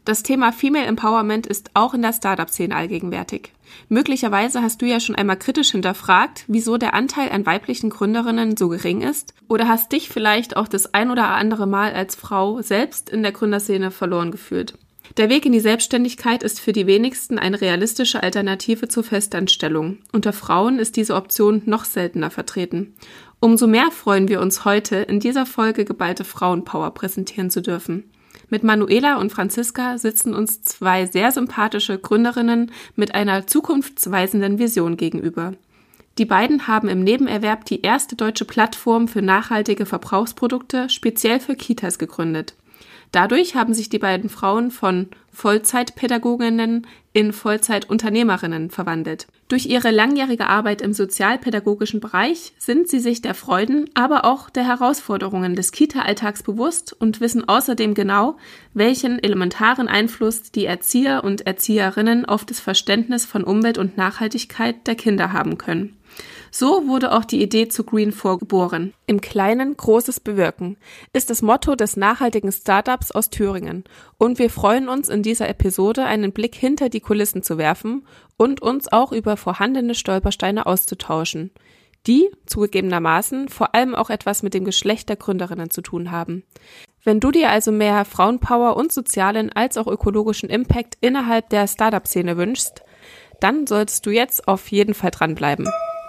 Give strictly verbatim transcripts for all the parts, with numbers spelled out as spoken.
Das Thema Female Empowerment ist auch in der Startup-Szene allgegenwärtig. Möglicherweise hast du ja schon einmal kritisch hinterfragt, wieso der Anteil an weiblichen Gründerinnen so gering ist, oder hast dich vielleicht auch das ein oder andere Mal als Frau selbst in der Gründerszene verloren gefühlt. Der Weg in die Selbstständigkeit ist für die wenigsten eine realistische Alternative zur Festanstellung. Unter Frauen ist diese Option noch seltener vertreten. Umso mehr freuen wir uns heute, in dieser Folge geballte Frauenpower präsentieren zu dürfen. Mit Manuela und Franziska sitzen uns zwei sehr sympathische Gründerinnen mit einer zukunftsweisenden Vision gegenüber. Die beiden haben im Nebenerwerb die erste deutsche Plattform für nachhaltige Verbrauchsprodukte speziell für Kitas gegründet. Dadurch haben sich die beiden Frauen von Vollzeitpädagoginnen in Vollzeitunternehmerinnen verwandelt. Durch ihre langjährige Arbeit im sozialpädagogischen Bereich sind sie sich der Freuden, aber auch der Herausforderungen des Kita-Alltags bewusst und wissen außerdem genau, welchen elementaren Einfluss die Erzieher und Erzieherinnen auf das Verständnis von Umwelt und Nachhaltigkeit der Kinder haben können. So wurde auch die Idee zu Green four geboren. Im Kleinen Großes bewirken ist das Motto des nachhaltigen Startups aus Thüringen. Und wir freuen uns in dieser Episode einen Blick hinter die Kulissen zu werfen und uns auch über vorhandene Stolpersteine auszutauschen, die zugegebenermaßen vor allem auch etwas mit dem Geschlecht der Gründerinnen zu tun haben. Wenn du dir also mehr Frauenpower und sozialen als auch ökologischen Impact innerhalb der Startup-Szene wünschst, dann solltest du jetzt auf jeden Fall dranbleiben.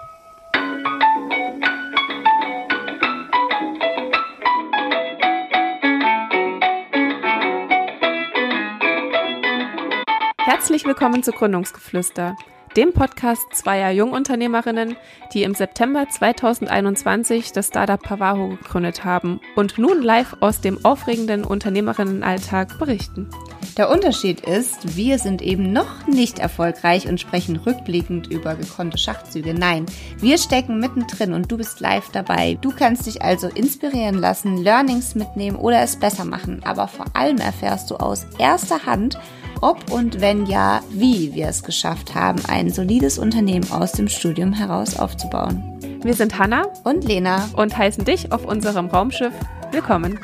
Herzlich willkommen zu Gründungsgeflüster, dem Podcast zweier Jungunternehmerinnen, die im September zweitausendeinundzwanzig das Startup Pavaho gegründet haben und nun live aus dem aufregenden Unternehmerinnenalltag berichten. Der Unterschied ist, wir sind eben noch nicht erfolgreich und sprechen rückblickend über gekonnte Schachzüge. Nein, wir stecken mittendrin und du bist live dabei. Du kannst dich also inspirieren lassen, Learnings mitnehmen oder es besser machen. Aber vor allem erfährst du aus erster Hand, ob und wenn ja, wie wir es geschafft haben, ein solides Unternehmen aus dem Studium heraus aufzubauen. Wir sind Hanna und Lena und heißen dich auf unserem Raumschiff willkommen.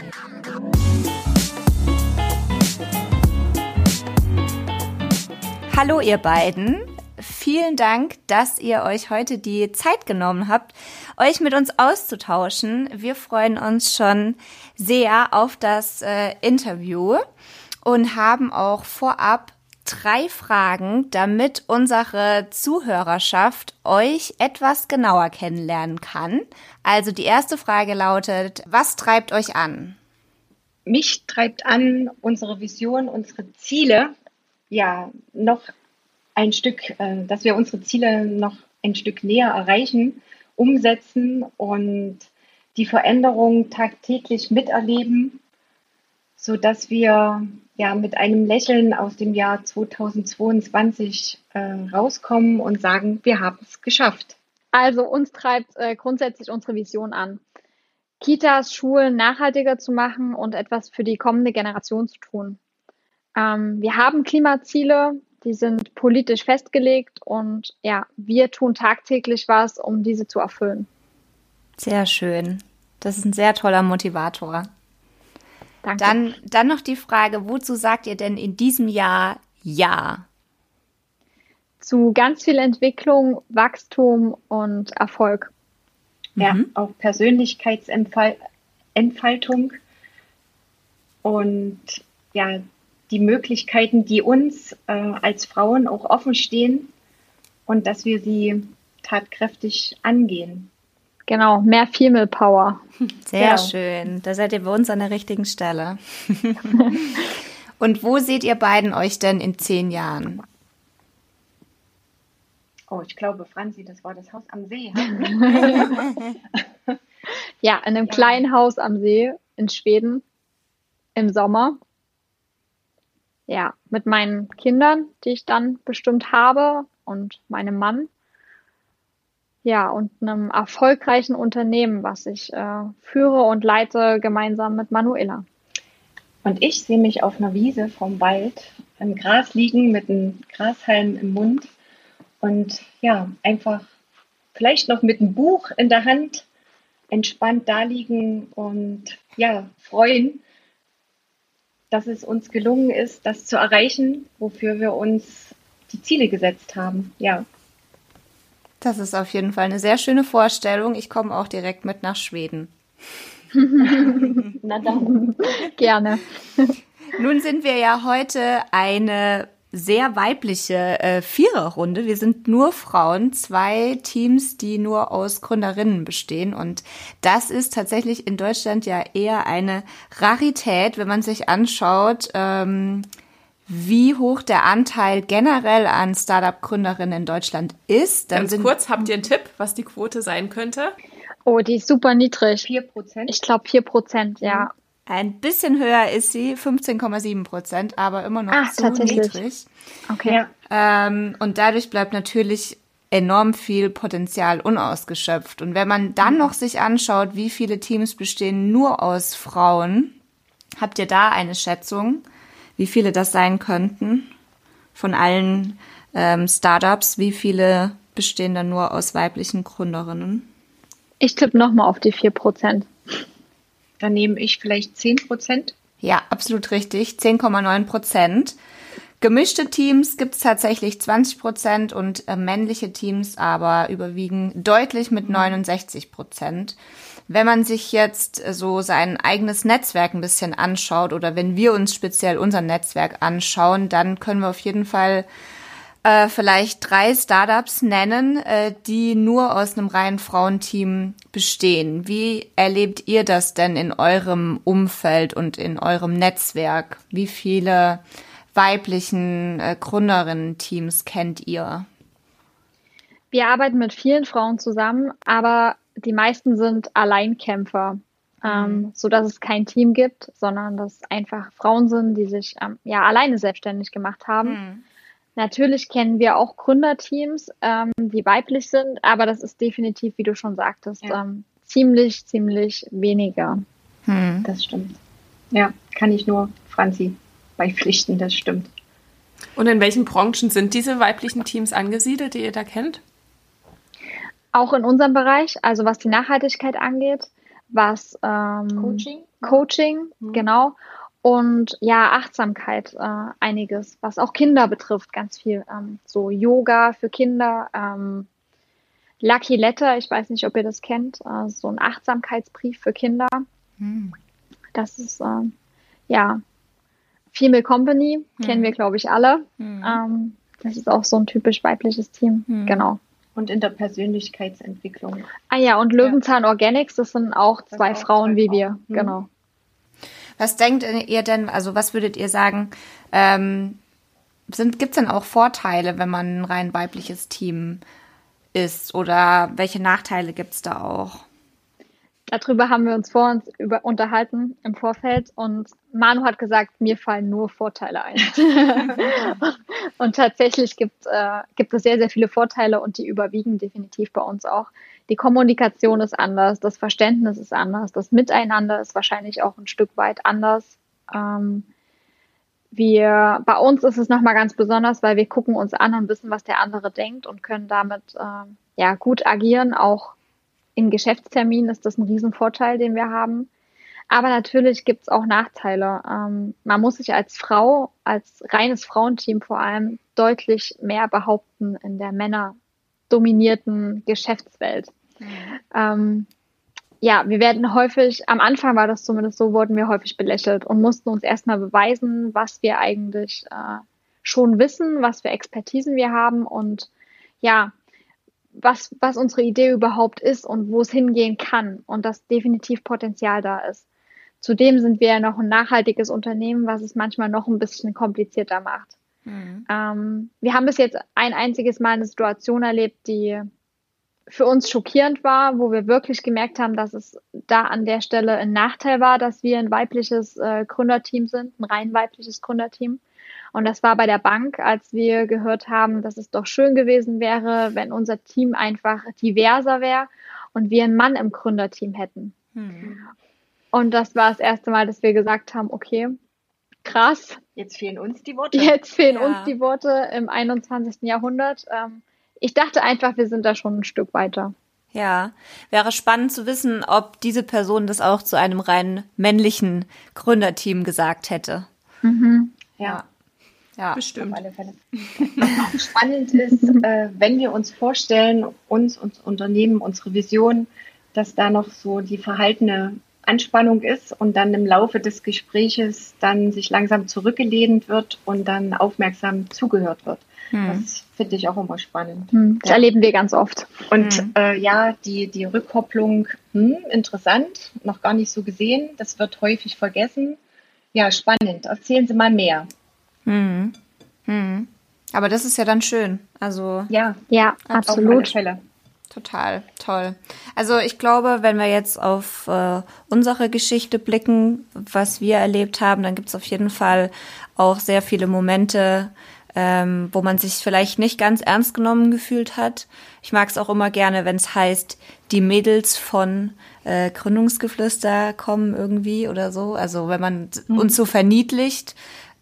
Hallo ihr beiden, vielen Dank, dass ihr euch heute die Zeit genommen habt, euch mit uns auszutauschen. Wir freuen uns schon sehr auf das äh, Interview und haben auch vorab drei Fragen, damit unsere Zuhörerschaft euch etwas genauer kennenlernen kann. Also die erste Frage lautet, was treibt euch an? Mich treibt an unsere Vision, unsere Ziele, ja, noch ein Stück, äh, dass wir unsere Ziele noch ein Stück näher erreichen, umsetzen und die Veränderung tagtäglich miterleben, sodass wir ja mit einem Lächeln aus dem Jahr zweitausendzweiundzwanzig äh, rauskommen und sagen, wir haben es geschafft. Also uns treibt äh, grundsätzlich unsere Vision an, Kitas, Schulen nachhaltiger zu machen und etwas für die kommende Generation zu tun. Ähm, wir haben Klimaziele, die sind politisch festgelegt und ja, wir tun tagtäglich was, um diese zu erfüllen. Sehr schön. Das ist ein sehr toller Motivator. Danke. Dann, dann noch die Frage, wozu sagt ihr denn in diesem Jahr Ja? Zu ganz viel Entwicklung, Wachstum und Erfolg. Ja, Mhm. auch Persönlichkeitsentfaltung und ja, die Möglichkeiten, die uns äh, als Frauen auch offen stehen und dass wir sie tatkräftig angehen. Genau, mehr Female Power. Sehr Ja. schön. Da seid ihr bei uns an der richtigen Stelle. Und wo seht ihr beiden euch denn in zehn Jahren? Oh, ich glaube, Franzi, das war das Haus am See. Ja, in einem Ja. kleinen Haus am See in Schweden im Sommer. Ja, mit meinen Kindern, die ich dann bestimmt habe und meinem Mann. Ja, und einem erfolgreichen Unternehmen, was ich äh, führe und leite gemeinsam mit Manuela. Und ich sehe mich auf einer Wiese vom Wald im Gras liegen mit einem Grashalm im Mund und ja, einfach vielleicht noch mit einem Buch in der Hand entspannt da liegen und ja, freuen, dass es uns gelungen ist, das zu erreichen, wofür wir uns die Ziele gesetzt haben. Ja. Das ist auf jeden Fall eine sehr schöne Vorstellung. Ich komme auch direkt mit nach Schweden. Na dann. Gerne. Nun sind wir ja heute eine sehr weibliche äh, Viererrunde. Wir sind nur Frauen, zwei Teams, die nur aus Gründerinnen bestehen. Und das ist tatsächlich in Deutschland ja eher eine Rarität, wenn man sich anschaut, ähm, wie hoch der Anteil generell an Startup-Gründerinnen in Deutschland ist. Dann Ganz sind, kurz, habt ihr einen Tipp, was die Quote sein könnte? Oh, die ist super niedrig. Vier Prozent? Ich glaube vier Prozent, ja. Ein bisschen höher ist sie, fünfzehn Komma sieben Prozent, aber immer noch Ach, so tatsächlich. niedrig. Okay. Ja. Ähm, und dadurch bleibt natürlich enorm viel Potenzial unausgeschöpft. Und wenn man dann noch sich anschaut, wie viele Teams bestehen nur aus Frauen, habt ihr da eine Schätzung, wie viele das sein könnten von allen ähm, Startups? Wie viele bestehen dann nur aus weiblichen Gründerinnen? Ich tippe nochmal auf die vier Prozent. Dann nehme ich vielleicht zehn Prozent. Ja, absolut richtig. zehn Komma neun Prozent. Gemischte Teams gibt es tatsächlich zwanzig Prozent und äh, männliche Teams aber überwiegen deutlich mit neunundsechzig Prozent. Wenn man sich jetzt so sein eigenes Netzwerk ein bisschen anschaut oder wenn wir uns speziell unser Netzwerk anschauen, dann können wir auf jeden Fall äh, vielleicht drei Startups nennen, äh, die nur aus einem reinen Frauenteam bestehen. Wie erlebt ihr das denn in eurem Umfeld und in eurem Netzwerk? Wie viele weiblichen äh, Gründerinnen-Teams kennt ihr? Wir arbeiten mit vielen Frauen zusammen, aber die meisten sind Alleinkämpfer, mhm. ähm, so dass es kein Team gibt, sondern dass einfach Frauen sind, die sich ähm, ja alleine selbstständig gemacht haben. Mhm. Natürlich kennen wir auch Gründerteams, ähm, die weiblich sind, aber das ist definitiv, wie du schon sagtest, ja. ähm, ziemlich, ziemlich weniger. Hm. Das stimmt. Ja, kann ich nur Franzi beipflichten, das stimmt. Und in welchen Branchen sind diese weiblichen Teams angesiedelt, die ihr da kennt? Auch in unserem Bereich, also was die Nachhaltigkeit angeht, was ähm, Coaching, Coaching, mhm. genau. Und ja, Achtsamkeit, äh, einiges, was auch Kinder betrifft, ganz viel. Ähm, so Yoga für Kinder, ähm, Lucky Letter, ich weiß nicht, ob ihr das kennt, äh, so ein Achtsamkeitsbrief für Kinder. Hm. Das ist, äh, ja, Female Company, hm. kennen wir, glaube ich, alle. Hm. Ähm, das ist auch so ein typisch weibliches Team, hm. genau. Und in der Persönlichkeitsentwicklung. Ah ja, und Löwenzahn ja. Organics, das sind auch das zwei auch Frauen zwei wie Frauen. wir, hm. genau. Was denkt ihr denn, also was würdet ihr sagen, ähm, gibt es denn auch Vorteile, wenn man ein rein weibliches Team ist oder welche Nachteile gibt es da auch? Darüber haben wir uns vor uns über, unterhalten im Vorfeld und Manu hat gesagt, mir fallen nur Vorteile ein. Und tatsächlich gibt, äh, gibt es sehr, sehr viele Vorteile und die überwiegen definitiv bei uns auch. Die Kommunikation ist anders, das Verständnis ist anders, das Miteinander ist wahrscheinlich auch ein Stück weit anders. Ähm, wir, bei uns ist es nochmal ganz besonders, weil wir gucken uns an und wissen, was der andere denkt und können damit äh, ja gut agieren. Auch in Geschäftsterminen ist das ein Riesenvorteil, den wir haben. Aber natürlich gibt es auch Nachteile. Ähm, man muss sich als Frau, als reines Frauenteam vor allem deutlich mehr behaupten in der männerdominierten Geschäftswelt. Mhm. Ähm, ja, wir werden häufig, am Anfang war das zumindest so, wurden wir häufig belächelt und mussten uns erstmal beweisen, was wir eigentlich äh, schon wissen, was für Expertisen wir haben und ja, was, was unsere Idee überhaupt ist und wo es hingehen kann und dass definitiv Potenzial da ist. Zudem sind wir ja noch ein nachhaltiges Unternehmen, was es manchmal noch ein bisschen komplizierter macht. Mhm. Ähm, wir haben bis jetzt ein einziges Mal eine Situation erlebt, die für uns schockierend war, wo wir wirklich gemerkt haben, dass es da an der Stelle ein Nachteil war, dass wir ein weibliches äh, Gründerteam sind, ein rein weibliches Gründerteam. Und das war bei der Bank, als wir gehört haben, dass es doch schön gewesen wäre, wenn unser Team einfach diverser wäre und wir einen Mann im Gründerteam hätten. Hm. Und das war das erste Mal, dass wir gesagt haben, okay, krass. Jetzt fehlen uns die Worte. Jetzt fehlen ja. uns die Worte im einundzwanzigsten Jahrhundert. Ich dachte einfach, wir sind da schon ein Stück weiter. Ja, wäre spannend zu wissen, ob diese Person das auch zu einem rein männlichen Gründerteam gesagt hätte. Mhm. Ja, Ja, Bestimmt. auf alle Fälle. Was auch spannend ist, äh, wenn wir uns vorstellen, uns, uns Unternehmen, unsere Vision, dass da noch so die verhaltene Anspannung ist und dann im Laufe des Gespräches dann sich langsam zurückgelehnt wird und dann aufmerksam zugehört wird. Das finde ich auch immer spannend. Hm, Das Ja. erleben wir ganz oft. Und Mhm. äh, ja, die, die Rückkopplung, hm, interessant, noch gar nicht so gesehen. Das wird häufig vergessen. Ja, spannend. Erzählen Sie mal mehr. Mhm. Mhm. Aber das ist ja dann schön. Also Ja, Ja, auf alle absolut. Fälle. total toll. Also ich glaube, wenn wir jetzt auf äh, unsere Geschichte blicken, was wir erlebt haben, dann gibt es auf jeden Fall auch sehr viele Momente, ähm, wo man sich vielleicht nicht ganz ernst genommen gefühlt hat. Ich mag es auch immer gerne, wenn es heißt, die Mädels von äh, Gründungsgeflüster kommen irgendwie oder so. Also wenn man uns so verniedlicht,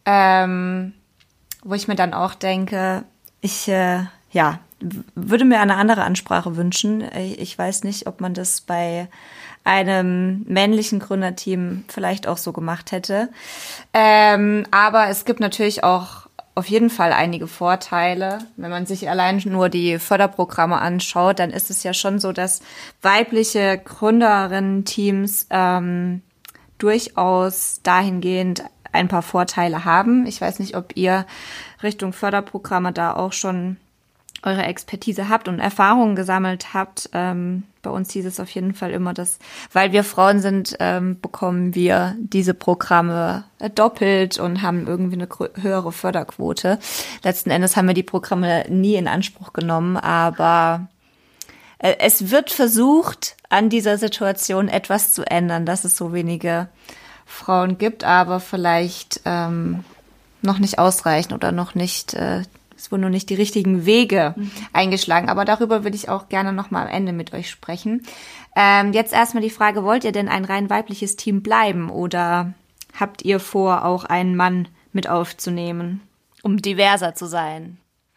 ähm, wo ich mir dann auch denke, ich äh, ja w- würde mir eine andere Ansprache wünschen. Ich ich weiß nicht, ob man das bei einem männlichen Gründerteam vielleicht auch so gemacht hätte. Ähm, aber es gibt natürlich auch auf jeden Fall einige Vorteile. Wenn man sich allein nur die Förderprogramme anschaut, dann ist es ja schon so, dass weibliche Gründerinnen-Teams ähm, durchaus dahingehend ein paar Vorteile haben. Ich weiß nicht, ob ihr Richtung Förderprogramme da auch schon eure Expertise habt und Erfahrungen gesammelt habt. Ähm, bei uns hieß es auf jeden Fall immer, dass, weil wir Frauen sind, ähm, bekommen wir diese Programme äh, doppelt und haben irgendwie eine grö- höhere Förderquote. Letzten Endes haben wir die Programme nie in Anspruch genommen, aber äh, es wird versucht, an dieser Situation etwas zu ändern, dass es so wenige Frauen gibt, aber vielleicht ähm, noch nicht ausreichend oder noch nicht, äh, es wurden noch nicht die richtigen Wege mhm. eingeschlagen. Aber darüber würde ich auch gerne noch mal am Ende mit euch sprechen. Ähm, jetzt erstmal die Frage, wollt ihr denn ein rein weibliches Team bleiben oder habt ihr vor, auch einen Mann mit aufzunehmen, um diverser zu sein?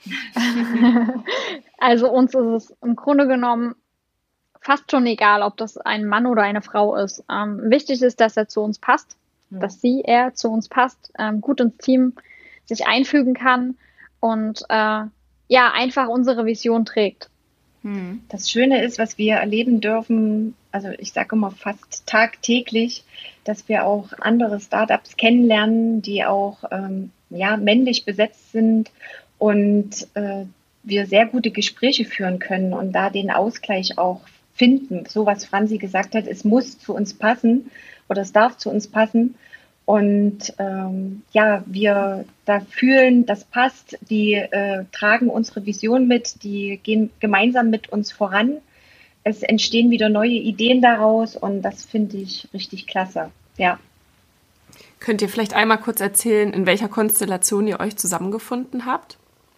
Also uns ist es im Grunde genommen fast schon egal, ob das ein Mann oder eine Frau ist. Ähm, wichtig ist, dass er zu uns passt, mhm. dass sie, er zu uns passt, ähm, gut ins Team sich einfügen kann und äh, ja, einfach unsere Vision trägt. Das Schöne ist, was wir erleben dürfen, also ich sage immer fast tagtäglich, dass wir auch andere Startups kennenlernen, die auch ähm, ja, männlich besetzt sind und äh, wir sehr gute Gespräche führen können und da den Ausgleich auch finden. So was Franzi gesagt hat, es muss zu uns passen oder es darf zu uns passen. Und ähm, ja, wir da fühlen, das passt, die äh, tragen unsere Vision mit, die gehen gemeinsam mit uns voran. Es entstehen wieder neue Ideen daraus und das finde ich richtig klasse. Ja. Könnt ihr vielleicht einmal kurz erzählen, in welcher Konstellation ihr euch zusammengefunden habt?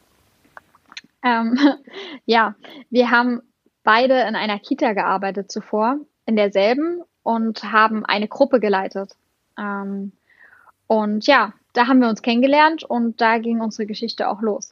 Ähm, ja, wir haben beide in einer Kita gearbeitet zuvor, in derselben und haben eine Gruppe geleitet. Ähm, und ja, da haben wir uns kennengelernt und da ging unsere Geschichte auch los.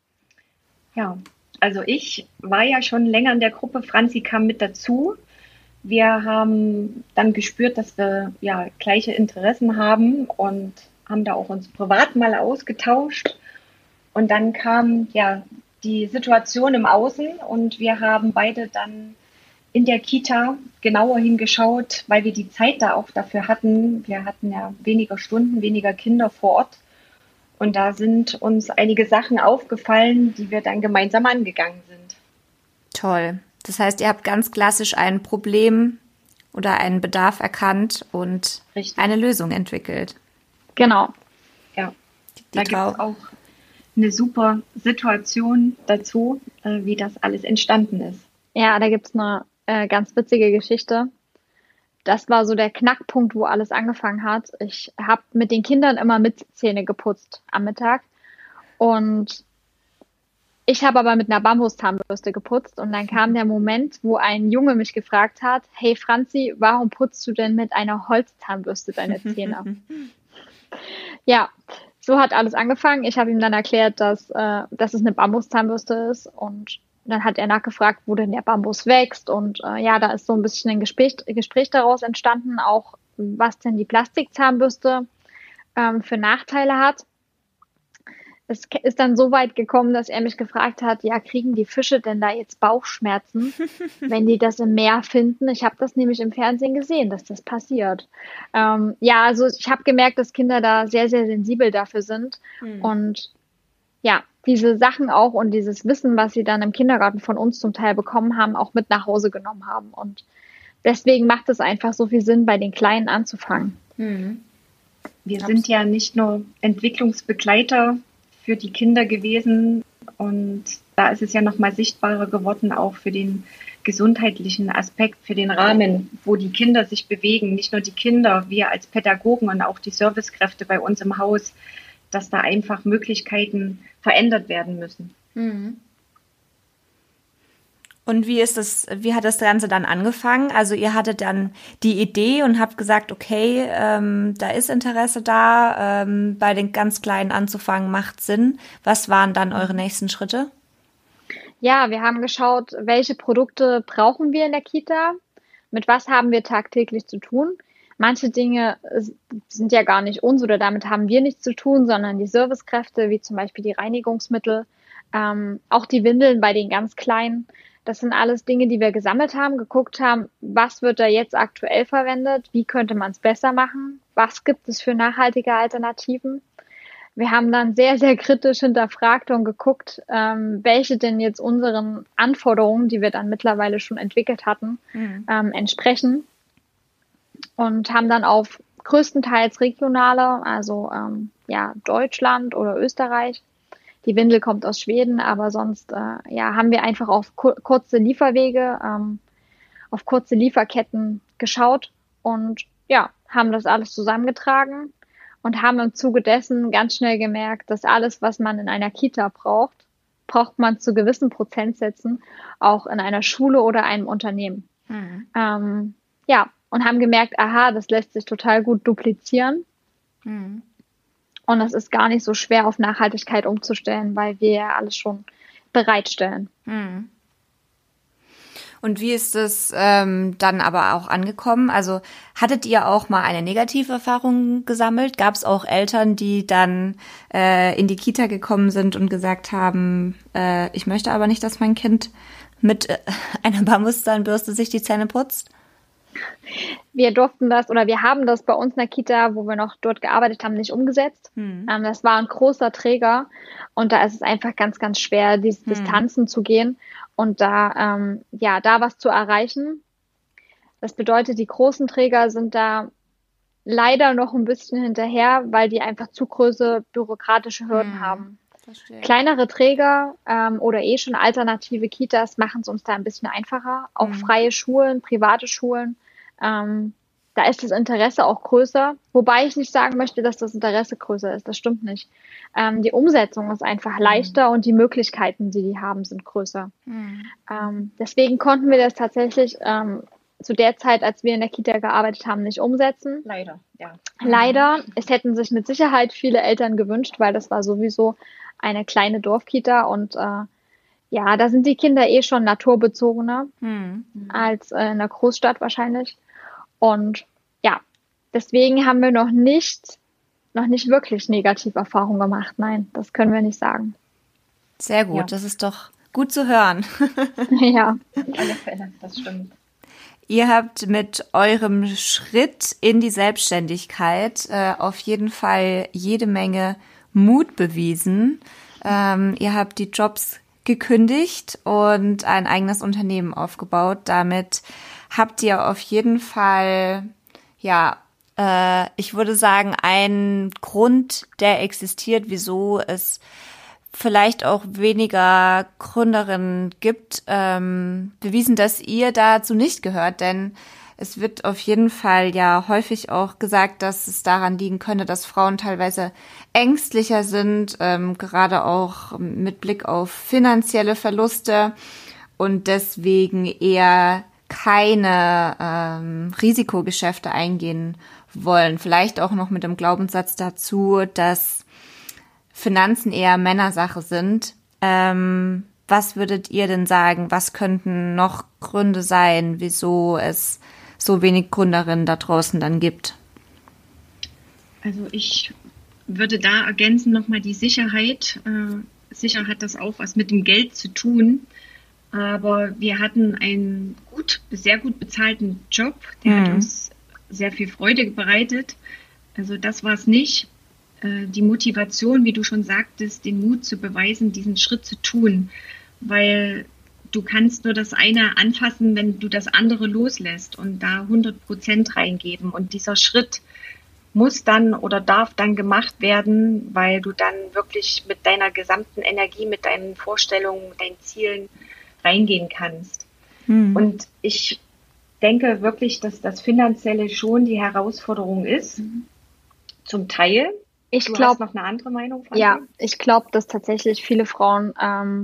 Ja, also ich war ja schon länger in der Gruppe, Franzi kam mit dazu. Wir haben dann gespürt, dass wir ja gleiche Interessen haben und haben da auch uns privat mal ausgetauscht. Und dann kam ja die Situation im Außen und wir haben beide dann in der Kita genauer hingeschaut, weil wir die Zeit da auch dafür hatten. Wir hatten ja weniger Stunden, weniger Kinder vor Ort. Und da sind uns einige Sachen aufgefallen, die wir dann gemeinsam angegangen sind. Toll. Das heißt, ihr habt ganz klassisch ein Problem oder einen Bedarf erkannt und Richtig. eine Lösung entwickelt. Genau. Ja, die, die da gibt es auch eine super Situation dazu, äh, wie das alles entstanden ist. Ja, da gibt es eine äh, ganz witzige Geschichte. Das war so der Knackpunkt, wo alles angefangen hat. Ich habe mit den Kindern immer mit Zähne geputzt am Mittag und ich habe aber mit einer Bambuszahnbürste geputzt und dann kam der Moment, wo ein Junge mich gefragt hat, hey Franzi, warum putzt du denn mit einer Holzzahnbürste deine Zähne? Ja, so hat alles angefangen. Ich habe ihm dann erklärt, dass, äh, dass es eine Bambuszahnbürste ist und dann hat er nachgefragt, wo denn der Bambus wächst und äh, ja, da ist so ein bisschen ein Gespräch, Gespräch daraus entstanden, auch was denn die Plastikzahnbürste ähm, für Nachteile hat. Es ist dann so weit gekommen, dass er mich gefragt hat, ja, kriegen die Fische denn da jetzt Bauchschmerzen, wenn die das im Meer finden? Ich habe das nämlich im Fernsehen gesehen, dass das passiert. Ähm, ja, also ich habe gemerkt, dass Kinder da sehr, sehr sensibel dafür sind. Mhm. Und ja, diese Sachen auch und dieses Wissen, was sie dann im Kindergarten von uns zum Teil bekommen haben, auch mit nach Hause genommen haben. Und deswegen macht es einfach so viel Sinn, bei den Kleinen anzufangen. Mhm. Wir sind ja nicht nur Entwicklungsbegleiter für die Kinder gewesen und da ist es ja nochmal sichtbarer geworden, auch für den gesundheitlichen Aspekt, für den Rahmen, wo die Kinder sich bewegen, nicht nur die Kinder, wir als Pädagogen und auch die Servicekräfte bei uns im Haus, dass da einfach Möglichkeiten verändert werden müssen. Mhm. Und wie ist das, wie hat das Ganze dann angefangen? Also ihr hattet dann die Idee und habt gesagt, okay, ähm, da ist Interesse da, ähm, bei den ganz Kleinen anzufangen, macht Sinn. Was waren dann eure nächsten Schritte? Ja, wir haben geschaut, welche Produkte brauchen wir in der Kita? Mit was haben wir tagtäglich zu tun? Manche Dinge sind ja gar nicht uns oder damit haben wir nichts zu tun, sondern die Servicekräfte, wie zum Beispiel die Reinigungsmittel, ähm, auch die Windeln bei den ganz Kleinen. Das sind alles Dinge, die wir gesammelt haben, geguckt haben, was wird da jetzt aktuell verwendet, wie könnte man es besser machen, was gibt es für nachhaltige Alternativen. Wir haben dann sehr, sehr kritisch hinterfragt und geguckt, ähm, welche denn jetzt unseren Anforderungen, die wir dann mittlerweile schon entwickelt hatten, mhm. ähm, entsprechen. Und haben dann auf größtenteils regionale, also ähm, ja Deutschland oder Österreich. Die Windel kommt aus Schweden, aber sonst äh, ja haben wir einfach auf kur- kurze Lieferwege, ähm, auf kurze Lieferketten geschaut und ja haben das alles zusammengetragen und haben im Zuge dessen ganz schnell gemerkt, dass alles, was man in einer Kita braucht, braucht man zu gewissen Prozentsätzen auch in einer Schule oder einem Unternehmen. Mhm. Ähm, ja. Und haben gemerkt, aha, das lässt sich total gut duplizieren. Mhm. Und es ist gar nicht so schwer, auf Nachhaltigkeit umzustellen, weil wir ja alles schon bereitstellen. Mhm. Und wie ist es ähm, dann aber auch angekommen? Also hattet ihr auch mal eine negative Erfahrung gesammelt? Gab es auch Eltern, die dann äh, in die Kita gekommen sind und gesagt haben, äh, ich möchte aber nicht, dass mein Kind mit äh, einer Bambuszahnbürste sich die Zähne putzt? Wir durften das oder wir haben das bei uns in der Kita, wo wir noch dort gearbeitet haben, nicht umgesetzt. Hm. Ähm, das war ein großer Träger und da ist es einfach ganz, ganz schwer, diese hm. Distanzen zu gehen und da, ähm, ja, da was zu erreichen. Das bedeutet, die großen Träger sind da leider noch ein bisschen hinterher, weil die einfach zu große bürokratische Hürden hm. haben. Verstehe. Kleinere Träger ähm, oder eh schon alternative Kitas machen es uns da ein bisschen einfacher. Auch mhm. freie Schulen, private Schulen, ähm, da ist das Interesse auch größer. Wobei ich nicht sagen möchte, dass das Interesse größer ist. Das stimmt nicht. Ähm, die Umsetzung ist einfach leichter mhm. und die Möglichkeiten, die die haben, sind größer. Mhm. Ähm, deswegen konnten wir das tatsächlich ähm, zu der Zeit, als wir in der Kita gearbeitet haben, nicht umsetzen. Leider, ja. Leider. Es hätten sich mit Sicherheit viele Eltern gewünscht, weil das war sowieso eine kleine Dorfkita und äh, ja, da sind die Kinder eh schon naturbezogener hm. als äh, in der Großstadt wahrscheinlich. Und ja, deswegen haben wir noch nicht, noch nicht wirklich negative Erfahrungen gemacht. Nein, das können wir nicht sagen. Sehr gut, ja. Das ist doch gut zu hören. Ja, auf alle Fälle, das stimmt. Ihr habt mit eurem Schritt in die Selbstständigkeit äh, auf jeden Fall jede Menge Mut bewiesen. Ähm, ihr habt die Jobs gekündigt und ein eigenes Unternehmen aufgebaut. Damit habt ihr auf jeden Fall, ja, äh, ich würde sagen, einen Grund, der existiert, wieso es vielleicht auch weniger Gründerinnen gibt, ähm, bewiesen, dass ihr dazu nicht gehört, denn es wird auf jeden Fall ja häufig auch gesagt, dass es daran liegen könnte, dass Frauen teilweise ängstlicher sind, ähm, gerade auch mit Blick auf finanzielle Verluste und deswegen eher keine ähm, Risikogeschäfte eingehen wollen. Vielleicht auch noch mit dem Glaubenssatz dazu, dass Finanzen eher Männersache sind. Ähm, was würdet ihr denn sagen? Was könnten noch Gründe sein, wieso es so wenig Gründerinnen da draußen dann gibt? Also ich würde da ergänzen nochmal die Sicherheit. Äh, sicher hat das auch was mit dem Geld zu tun. Aber wir hatten einen gut, sehr gut bezahlten Job. Der mhm. hat uns sehr viel Freude bereitet. Also das war es nicht. Äh, die Motivation, wie du schon sagtest, den Mut zu beweisen, diesen Schritt zu tun. Weil du kannst nur das eine anfassen, wenn du das andere loslässt und da hundert Prozent reingeben. Und dieser Schritt muss dann oder darf dann gemacht werden, weil du dann wirklich mit deiner gesamten Energie, mit deinen Vorstellungen, deinen Zielen reingehen kannst. Hm. Und ich denke wirklich, dass das Finanzielle schon die Herausforderung ist, mhm. zum Teil. Ich du glaub, hast noch eine andere Meinung? Franzi? Ja, ich glaube, dass tatsächlich viele Frauen ähm,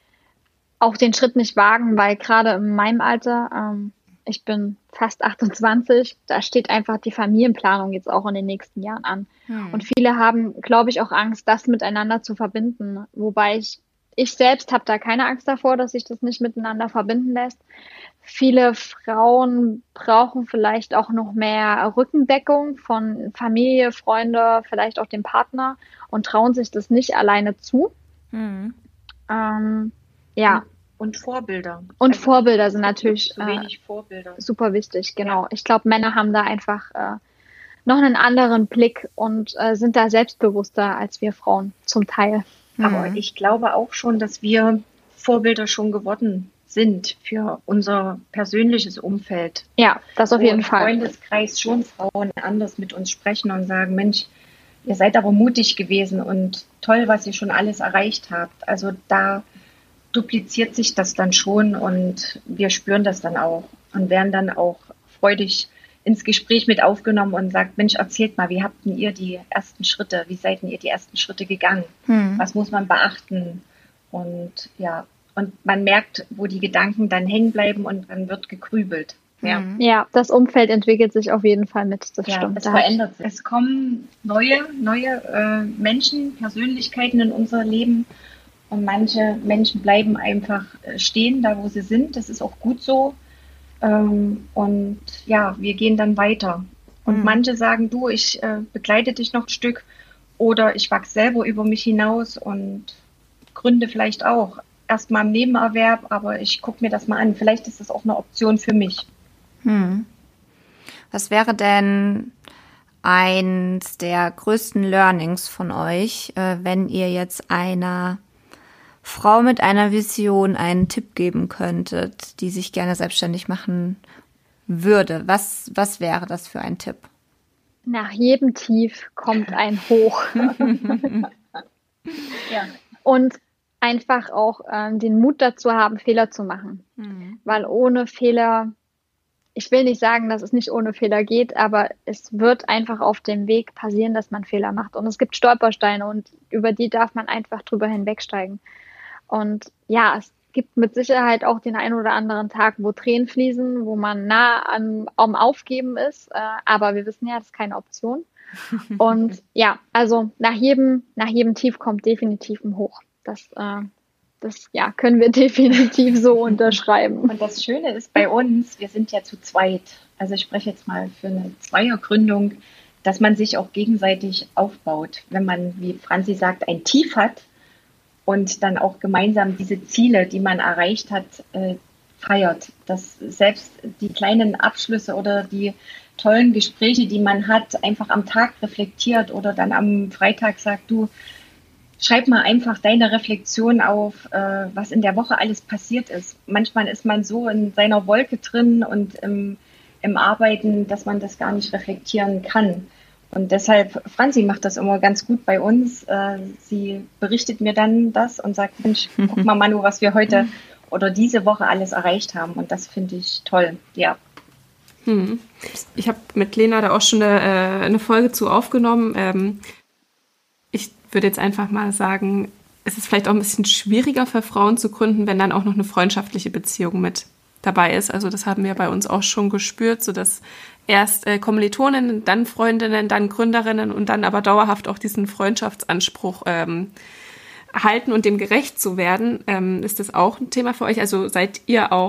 auch den Schritt nicht wagen, weil gerade in meinem Alter, ähm, ich bin fast achtundzwanzig, da steht einfach die Familienplanung jetzt auch in den nächsten Jahren an. Hm. Und viele haben, glaube ich, auch Angst, das miteinander zu verbinden. Wobei ich, ich selbst habe da keine Angst davor, dass sich das nicht miteinander verbinden lässt. Viele Frauen brauchen vielleicht auch noch mehr Rückendeckung von Familie, Freunde, vielleicht auch dem Partner und trauen sich das nicht alleine zu. Hm. Ähm, ja. Und Vorbilder. Und also Vorbilder sind natürlich zu wenig Vorbilder. Äh, super wichtig, genau. Ja. Ich glaube, Männer haben da einfach äh, noch einen anderen Blick und äh, sind da selbstbewusster als wir Frauen zum Teil. Aber mhm. ich glaube auch schon, dass wir Vorbilder schon geworden sind für unser persönliches Umfeld. Ja, das auf jeden Fall. Im Freundeskreis schon Frauen anders mit uns sprechen und sagen, Mensch, ihr seid aber mutig gewesen und toll, was ihr schon alles erreicht habt. Also da dupliziert sich das dann schon und wir spüren das dann auch und werden dann auch freudig ins Gespräch mit aufgenommen und sagt, Mensch, erzählt mal, wie habt denn ihr die ersten Schritte, wie seid denn ihr die ersten Schritte gegangen? Hm. Was muss man beachten? Und ja, und man merkt, wo die Gedanken dann hängen bleiben und dann wird gegrübelt. Ja. ja, das Umfeld entwickelt sich auf jeden Fall mit, das ja, stimmt. Es verändert sich. Es kommen neue, neue äh, Menschen, Persönlichkeiten in unser Leben. Und manche Menschen bleiben einfach stehen, da wo sie sind. Das ist auch gut so. Und ja, wir gehen dann weiter. Und mhm. manche sagen, du, ich begleite dich noch ein Stück oder ich wachse selber über mich hinaus und gründe vielleicht auch. Erstmal im Nebenerwerb, aber ich gucke mir das mal an. Vielleicht ist das auch eine Option für mich. Hm. Was wäre denn eins der größten Learnings von euch, wenn ihr jetzt einer Frau mit einer Vision einen Tipp geben könntet, die sich gerne selbstständig machen würde? Was, was wäre das für ein Tipp? Nach jedem Tief kommt ein Hoch. ja. Und einfach auch ähm, den Mut dazu haben, Fehler zu machen. Mhm. Weil ohne Fehler, ich will nicht sagen, dass es nicht ohne Fehler geht, aber es wird einfach auf dem Weg passieren, dass man Fehler macht. Und es gibt Stolpersteine und über die darf man einfach drüber hinwegsteigen. Und ja, es gibt mit Sicherheit auch den einen oder anderen Tag, wo Tränen fließen, wo man nah am, am Aufgeben ist. Äh, aber wir wissen ja, das ist keine Option. Und ja, also nach jedem, nach jedem Tief kommt definitiv ein Hoch. Das, äh, das ja, können wir definitiv so unterschreiben. Und das Schöne ist bei uns, wir sind ja zu zweit. Also ich spreche jetzt mal für eine Zweiergründung, dass man sich auch gegenseitig aufbaut. Wenn man, wie Franzi sagt, ein Tief hat, und dann auch gemeinsam diese Ziele, die man erreicht hat, äh, feiert. Dass selbst die kleinen Abschlüsse oder die tollen Gespräche, die man hat, einfach am Tag reflektiert oder dann am Freitag sagt, du, schreib mal einfach deine Reflexion auf, äh, was in der Woche alles passiert ist. Manchmal ist man so in seiner Wolke drin und im, im Arbeiten, dass man das gar nicht reflektieren kann. Und deshalb, Franzi macht das immer ganz gut bei uns. Sie berichtet mir dann das und sagt, Mensch, guck mal, Manu, was wir heute oder diese Woche alles erreicht haben. Und das finde ich toll, ja. Hm. Ich habe mit Lena da auch schon eine, eine Folge zu aufgenommen. Ich würde jetzt einfach mal sagen, es ist vielleicht auch ein bisschen schwieriger für Frauen zu gründen, wenn dann auch noch eine freundschaftliche Beziehung mit dabei ist. Also das haben wir bei uns auch schon gespürt, sodass erst äh, Kommilitoninnen, dann Freundinnen, dann Gründerinnen und dann aber dauerhaft auch diesen Freundschaftsanspruch ähm, halten und dem gerecht zu werden. Ähm, ist das auch ein Thema für euch? Also seid ihr auch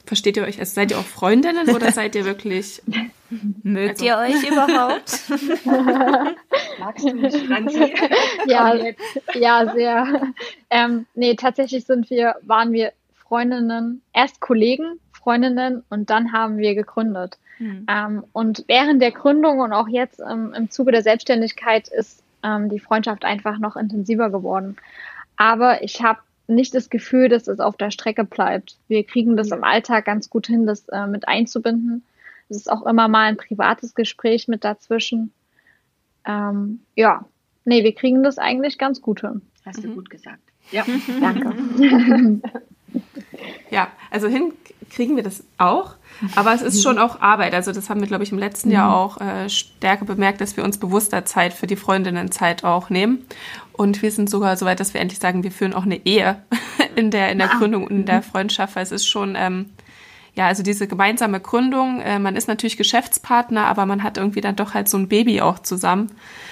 versteht ihr euch, also seid ihr auch Freundinnen oder seid ihr wirklich... Mögt Also- ihr euch überhaupt? Magst du mich, Franzi? Ja, Komm jetzt. ja, sehr. Ähm, nee, tatsächlich sind wir, waren wir Freundinnen, erst Kollegen, Freundinnen und dann haben wir gegründet. Hm. Ähm, und während der Gründung und auch jetzt ähm, im Zuge der Selbstständigkeit ist ähm, die Freundschaft einfach noch intensiver geworden. Aber ich habe nicht das Gefühl, dass es auf der Strecke bleibt. Wir kriegen das im Alltag ganz gut hin, das äh, mit einzubinden. Es ist auch immer mal ein privates Gespräch mit dazwischen. Ähm, ja, nee, wir kriegen das eigentlich ganz gut hin. Hast du gut gesagt. Ja. Danke. Ja, also hinkriegen wir das auch, aber es ist schon auch Arbeit. Also das haben wir, glaube ich, im letzten Jahr auch äh, stärker bemerkt, dass wir uns bewusster Zeit für die Freundinnenzeit auch nehmen. Und wir sind sogar so weit, dass wir endlich sagen, wir führen auch eine Ehe in der, in der Gründung und in der Freundschaft, weil es ist schon, ähm, ja, also diese gemeinsame Gründung, äh, man ist natürlich Geschäftspartner, aber man hat irgendwie dann doch halt so ein Baby auch zusammen.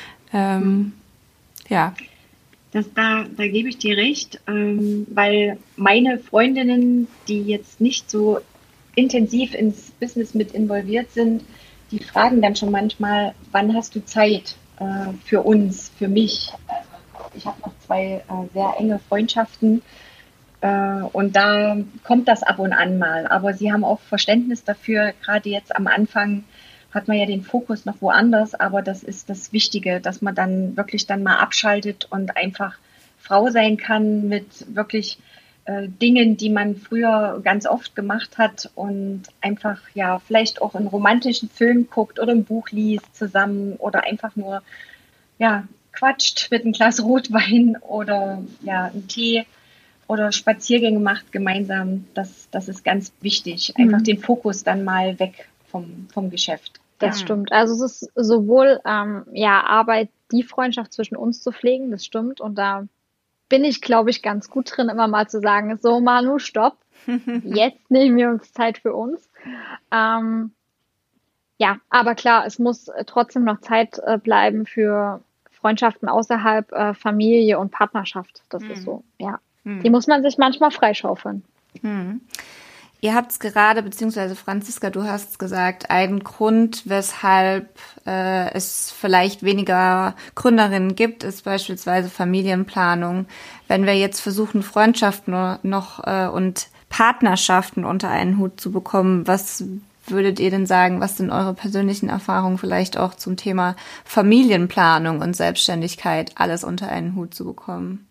Ähm, ja. Das, da, da gebe ich dir recht, ähm, weil meine Freundinnen, die jetzt nicht so intensiv ins Business mit involviert sind, die fragen dann schon manchmal, wann hast du Zeit äh, für uns, für mich? Also ich habe noch zwei äh, sehr enge Freundschaften äh, und da kommt das ab und an mal. Aber sie haben auch Verständnis dafür, gerade jetzt am Anfang hat man ja den Fokus noch woanders, aber das ist das Wichtige, dass man dann wirklich dann mal abschaltet und einfach Frau sein kann mit wirklich äh, Dingen, die man früher ganz oft gemacht hat und einfach ja vielleicht auch einen romantischen Film guckt oder ein Buch liest zusammen oder einfach nur ja quatscht mit einem Glas Rotwein oder ja einen Tee oder Spaziergänge macht gemeinsam. Das, das ist ganz wichtig. Einfach Mhm. den Fokus dann mal weg vom, vom Geschäft. Das Ja. stimmt. Also es ist sowohl ähm, ja Arbeit, die Freundschaft zwischen uns zu pflegen, das stimmt. Und da bin ich, glaube ich, ganz gut drin, immer mal zu sagen, so Manu, stopp, jetzt nehmen wir uns Zeit für uns. Ähm, ja, aber klar, es muss äh, trotzdem noch Zeit äh, bleiben für Freundschaften außerhalb äh, Familie und Partnerschaft. Das ist so, ja. Die muss man sich manchmal freischaufeln. Hm. Ihr habt es gerade, beziehungsweise Franziska, du hast gesagt, ein Grund, weshalb äh, es vielleicht weniger Gründerinnen gibt, ist beispielsweise Familienplanung. Wenn wir jetzt versuchen, Freundschaften noch äh, und Partnerschaften unter einen Hut zu bekommen, was würdet ihr denn sagen, was sind eure persönlichen Erfahrungen vielleicht auch zum Thema Familienplanung und Selbstständigkeit, alles unter einen Hut zu bekommen?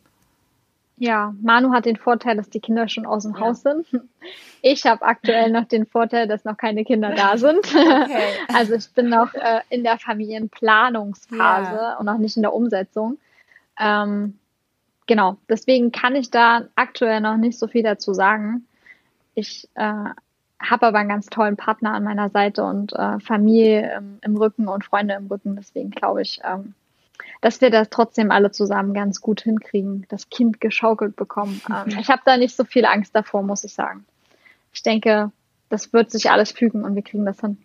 Ja, Manu hat den Vorteil, dass die Kinder schon aus dem Ja. Haus sind. Ich habe aktuell noch den Vorteil, dass noch keine Kinder da sind. Okay. Also ich bin noch äh, in der Familienplanungsphase Ja. und noch nicht in der Umsetzung. Ähm, genau, deswegen kann ich da aktuell noch nicht so viel dazu sagen. Ich äh, habe aber einen ganz tollen Partner an meiner Seite und äh, Familie im, im Rücken und Freunde im Rücken. Deswegen glaube ich, ähm, dass wir das trotzdem alle zusammen ganz gut hinkriegen, das Kind geschaukelt bekommen. Ähm, ich habe da nicht so viel Angst davor, muss ich sagen. Ich denke, das wird sich alles fügen und wir kriegen das hin.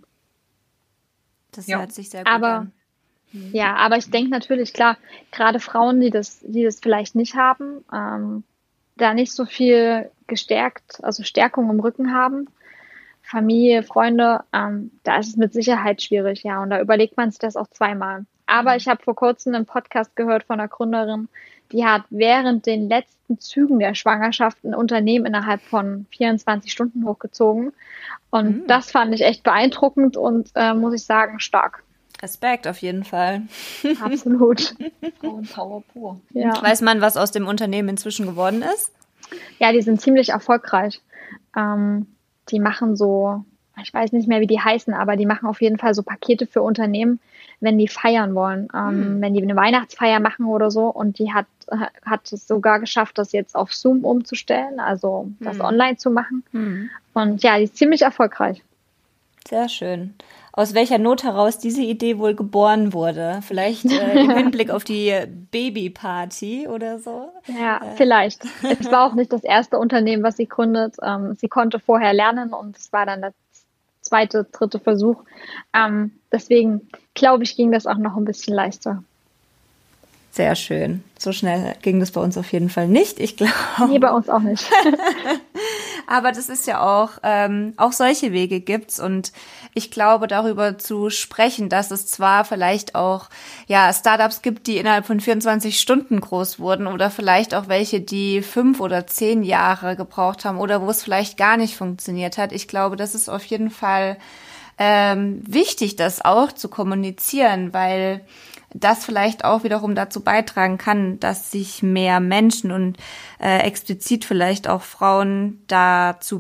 Das Ja. hört sich sehr gut Aber an. ja, aber ich denke natürlich, klar, gerade Frauen, die das, die das vielleicht nicht haben, ähm, da nicht so viel gestärkt, also Stärkung im Rücken haben, Familie, Freunde, ähm, da ist es mit Sicherheit schwierig, ja. Und da überlegt man sich das auch zweimal. Aber ich habe vor kurzem einen Podcast gehört von einer Gründerin, die hat während den letzten Zügen der Schwangerschaft ein Unternehmen innerhalb von vierundzwanzig Stunden hochgezogen. Und Mhm. das fand ich echt beeindruckend und äh, muss ich sagen, stark. Respekt auf jeden Fall. Absolut. Frauenpower pur. Ja. Weiß man, was aus dem Unternehmen inzwischen geworden ist? Ja, die sind ziemlich erfolgreich. Ähm, die machen so, ich weiß nicht mehr, wie die heißen, aber die machen auf jeden Fall so Pakete für Unternehmen, wenn die feiern wollen. Ähm, Hm. Wenn die eine Weihnachtsfeier machen oder so. Und die hat, hat es sogar geschafft, das jetzt auf Zoom umzustellen, also das Hm. online zu machen. Hm. Und ja, die ist ziemlich erfolgreich. Sehr schön. Aus welcher Not heraus diese Idee wohl geboren wurde? Vielleicht äh, im Hinblick auf die Babyparty oder so? Ja, vielleicht. Es war auch nicht das erste Unternehmen, was sie gründet. Ähm, sie konnte vorher lernen und es war dann der zweite, dritte Versuch. Ähm, deswegen glaube ich, ging das auch noch ein bisschen leichter. Sehr schön. So schnell ging das bei uns auf jeden Fall nicht, ich glaube. Nee, bei uns auch nicht. Aber das ist ja auch, ähm, auch solche Wege gibt's und ich glaube, darüber zu sprechen, dass es zwar vielleicht auch, ja, Startups gibt, die innerhalb von vierundzwanzig Stunden groß wurden oder vielleicht auch welche, die fünf oder zehn Jahre gebraucht haben oder wo es vielleicht gar nicht funktioniert hat. Ich glaube, das ist auf jeden Fall ähm, wichtig, das auch zu kommunizieren, weil das vielleicht auch wiederum dazu beitragen kann, dass sich mehr Menschen und äh, explizit vielleicht auch Frauen dazu,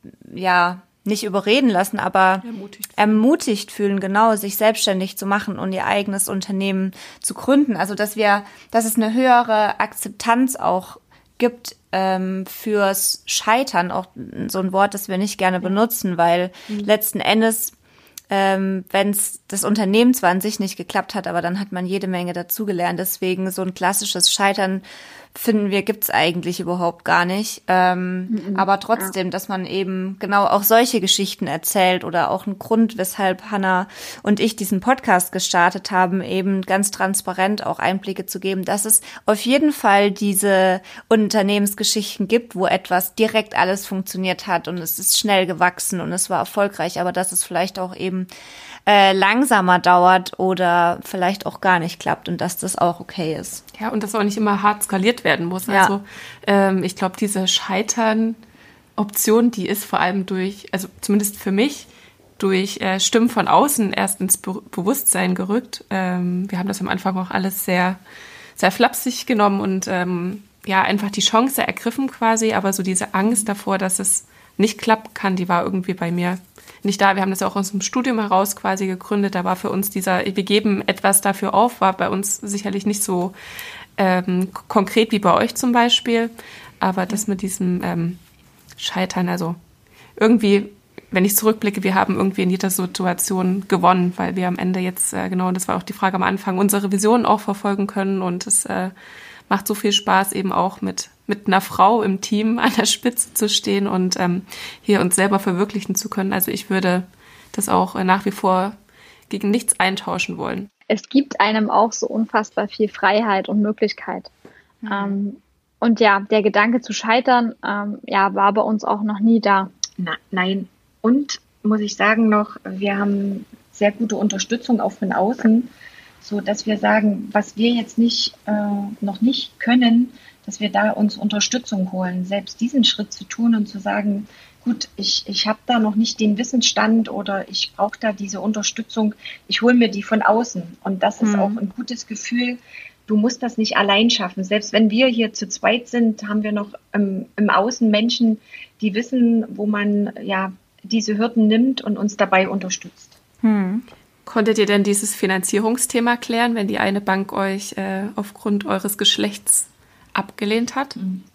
ja, nicht überreden lassen, aber ermutigt fühlen. ermutigt fühlen, genau, sich selbstständig zu machen und ihr eigenes Unternehmen zu gründen. Also, dass wir, dass es eine höhere Akzeptanz auch gibt ähm, fürs Scheitern, auch so ein Wort, das wir nicht gerne benutzen, weil mhm. letzten Endes Ähm, wenn es das Unternehmen zwar an sich nicht geklappt hat, aber dann hat man jede Menge dazugelernt. Deswegen so ein klassisches Scheitern, finden wir, gibt's eigentlich überhaupt gar nicht. Ähm, mhm. Aber trotzdem, ja. dass man eben genau auch solche Geschichten erzählt oder auch ein Grund, weshalb Hannah und ich diesen Podcast gestartet haben, eben ganz transparent auch Einblicke zu geben, dass es auf jeden Fall diese Unternehmensgeschichten gibt, wo etwas direkt alles funktioniert hat und es ist schnell gewachsen und es war erfolgreich, aber dass es vielleicht auch eben äh, langsamer dauert oder vielleicht auch gar nicht klappt und dass das auch okay ist. Ja, und dass auch nicht immer hart skaliert werden muss. Ja. Also ähm, ich glaube, diese Scheitern-Option, die ist vor allem durch, also zumindest für mich, durch äh, Stimmen von außen erst ins Be- Bewusstsein gerückt. Ähm, wir haben das am Anfang auch alles sehr, sehr flapsig genommen und ähm, ja, einfach die Chance ergriffen quasi, aber so diese Angst davor, dass es nicht klappen kann, die war irgendwie bei mir nicht da. Wir haben das ja auch aus dem Studium heraus quasi gegründet. Da war für uns dieser, wir geben etwas dafür auf, war bei uns sicherlich nicht so ähm, konkret wie bei euch zum Beispiel. Aber das mit diesem ähm, Scheitern, also irgendwie, wenn ich zurückblicke, wir haben irgendwie in jeder Situation gewonnen, weil wir am Ende jetzt, äh, genau, und das war auch die Frage am Anfang, unsere Vision auch verfolgen können. Und es äh, macht so viel Spaß, eben auch mit mit einer Frau im Team an der Spitze zu stehen und ähm, hier uns selber verwirklichen zu können. Also ich würde das auch äh, nach wie vor gegen nichts eintauschen wollen. Es gibt einem auch so unfassbar viel Freiheit und Möglichkeit. Mhm. Ähm, und ja, der Gedanke zu scheitern, ähm, ja, war bei uns auch noch nie da. Na, nein. Und muss ich sagen noch, wir haben sehr gute Unterstützung auch von außen, so dass wir sagen, was wir jetzt nicht äh, noch nicht können, dass wir da uns Unterstützung holen, selbst diesen Schritt zu tun und zu sagen, gut, ich, ich habe da noch nicht den Wissensstand oder ich brauche da diese Unterstützung, ich hole mir die von außen. Und das ist mhm. auch ein gutes Gefühl, du musst das nicht allein schaffen. Selbst wenn wir hier zu zweit sind, haben wir noch im, im Außen Menschen, die wissen, wo man ja diese Hürden nimmt und uns dabei unterstützt. Mhm. Konntet ihr denn dieses Finanzierungsthema klären, wenn die eine Bank euch äh, aufgrund eures Geschlechts abgelehnt hat?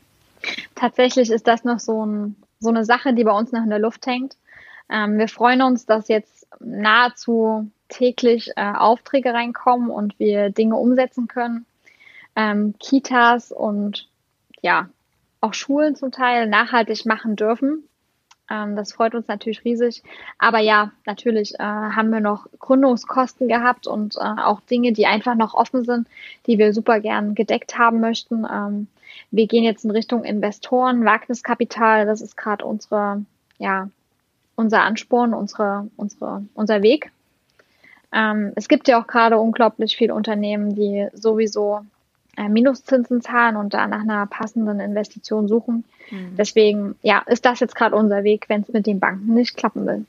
Tatsächlich ist das noch so, ein, so eine Sache, die bei uns noch in der Luft hängt. Ähm, wir freuen uns, dass jetzt nahezu täglich äh, Aufträge reinkommen und wir Dinge umsetzen können. Ähm, Kitas und ja, auch Schulen zum Teil nachhaltig machen dürfen. Ähm, das freut uns natürlich riesig. Aber ja, natürlich äh, haben wir noch Gründungskosten gehabt und äh, auch Dinge, die einfach noch offen sind, die wir super gern gedeckt haben möchten. Ähm, wir gehen jetzt in Richtung Investoren, Wagniskapital. Das ist gerade unsere, ja, unser Ansporn, unsere, unsere, unser Weg. Ähm, es gibt ja auch gerade unglaublich viele Unternehmen, die sowieso äh, Minuszinsen zahlen und da nach einer passenden Investition suchen. Mhm. Deswegen, ja, ist das jetzt gerade unser Weg, wenn es mit den Banken nicht klappen will.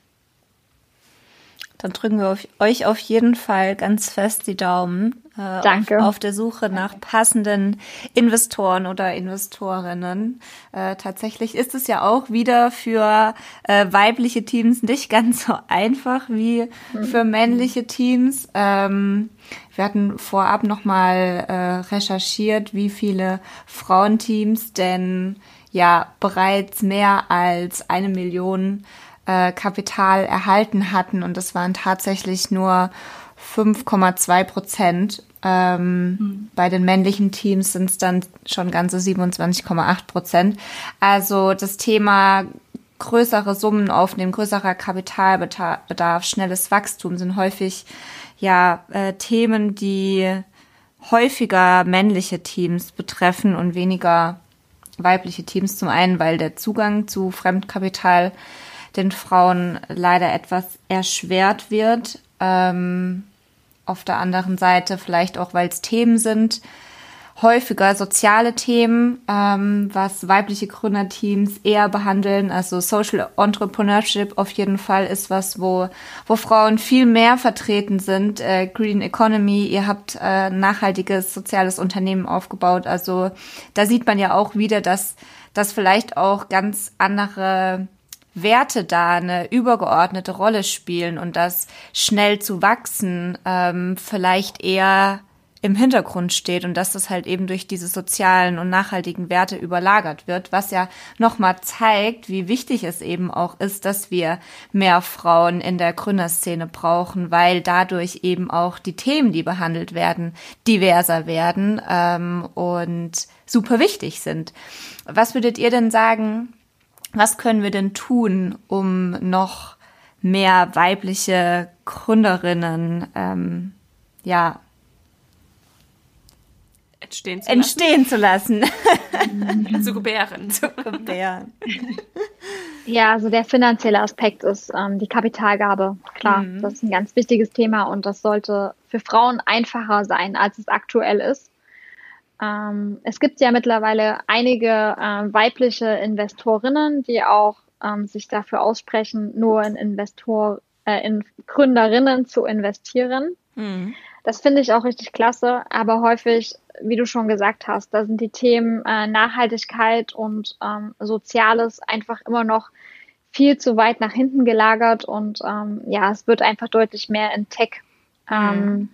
Dann drücken wir auf, euch auf jeden Fall ganz fest die Daumen. Äh, Danke. Auf, auf der Suche nach passenden Investoren oder Investorinnen. Äh, tatsächlich ist es ja auch wieder für äh, weibliche Teams nicht ganz so einfach wie mhm. für männliche Teams. Ähm, wir hatten vorab nochmal äh, recherchiert, wie viele Frauenteams denn ja bereits mehr als eine Million Kapital erhalten hatten und das waren tatsächlich nur fünf Komma zwei Prozent. Ähm, mhm. Bei den männlichen Teams sind es dann schon ganze siebenundzwanzig Komma acht Prozent. Also das Thema größere Summen aufnehmen, größerer Kapitalbedarf, schnelles Wachstum sind häufig ja äh, Themen, die häufiger männliche Teams betreffen und weniger weibliche Teams. Zum einen, weil der Zugang zu Fremdkapital den Frauen leider etwas erschwert wird. Ähm, auf der anderen Seite vielleicht auch, weil es Themen sind, häufiger soziale Themen, ähm, was weibliche Gründerteams eher behandeln. Also Social Entrepreneurship auf jeden Fall ist was, wo wo Frauen viel mehr vertreten sind. Äh, Green Economy, ihr habt äh, ein nachhaltiges soziales Unternehmen aufgebaut. Also da sieht man ja auch wieder, dass dass vielleicht auch ganz andere Werte da eine übergeordnete Rolle spielen und dass schnell zu wachsen ähm, vielleicht eher im Hintergrund steht und dass das halt eben durch diese sozialen und nachhaltigen Werte überlagert wird, was ja nochmal zeigt, wie wichtig es eben auch ist, dass wir mehr Frauen in der Gründerszene brauchen, weil dadurch eben auch die Themen, die behandelt werden, diverser werden ähm, und super wichtig sind. Was würdet ihr denn sagen, was können wir denn tun, um noch mehr weibliche Gründerinnen ähm, ja, entstehen zu entstehen lassen. Zu, lassen. zu gebären. Zu gebären. Ja, also der finanzielle Aspekt ist ähm, die Kapitalgabe. Klar, mhm. das ist ein ganz wichtiges Thema und das sollte für Frauen einfacher sein, als es aktuell ist. Ähm, es gibt ja mittlerweile einige äh, weibliche Investorinnen, die auch ähm, sich dafür aussprechen, nur in Investor, äh, in Gründerinnen zu investieren. Mhm. Das finde ich auch richtig klasse, aber häufig, wie du schon gesagt hast, da sind die Themen äh, Nachhaltigkeit und ähm, Soziales einfach immer noch viel zu weit nach hinten gelagert und ähm, ja, es wird einfach deutlich mehr in Tech, ähm, mhm.